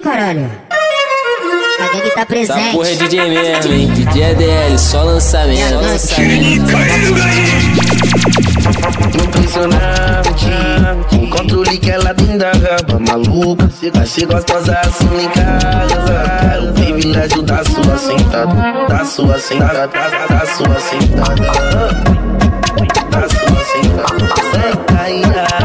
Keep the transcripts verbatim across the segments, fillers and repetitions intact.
caralho. A gangue tá presente. Essa porra é D J mesmo, hein? D J D L, só lançamento. Só lançamento. Impressionante, o controle que ela tem da raba maluca. Vai ser gostosa assim em casa. O privilégio da sua sentada, da sua sentada, da sua sentada, da sua sentada. Senta aí,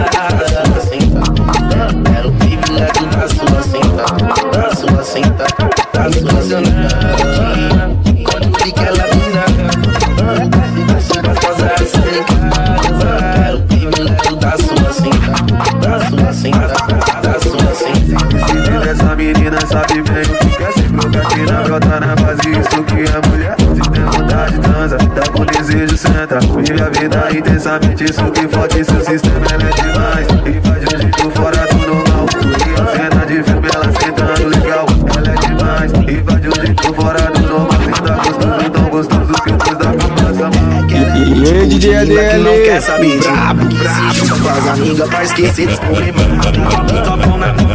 sentada. Era o privilégio da sua sentada, da sua sentada, da sua sentada. O controle que ela tem da raba, vai ser gostosa assim em casa. O privilégio da sua sentada, da sua sentada, da sua sentada. Essa menina sabe bem o que quer. Se procrastina, brota na base, isso que é mulher. Se tem vontade, transa, tá com desejo, senta. Vive a vida intensamente, isso que forte. Seu sistema ela é demais e faz de um jeito fora do normal. E a cena de filme ela sentando legal. Ela é demais e faz de um jeito fora do normal. Senta gostoso, tão gostoso que eu pus da minha passa mal. E aí, D J D L, não quer saber, brabo, brabo. Com as amigas pra esquecer dos problemas.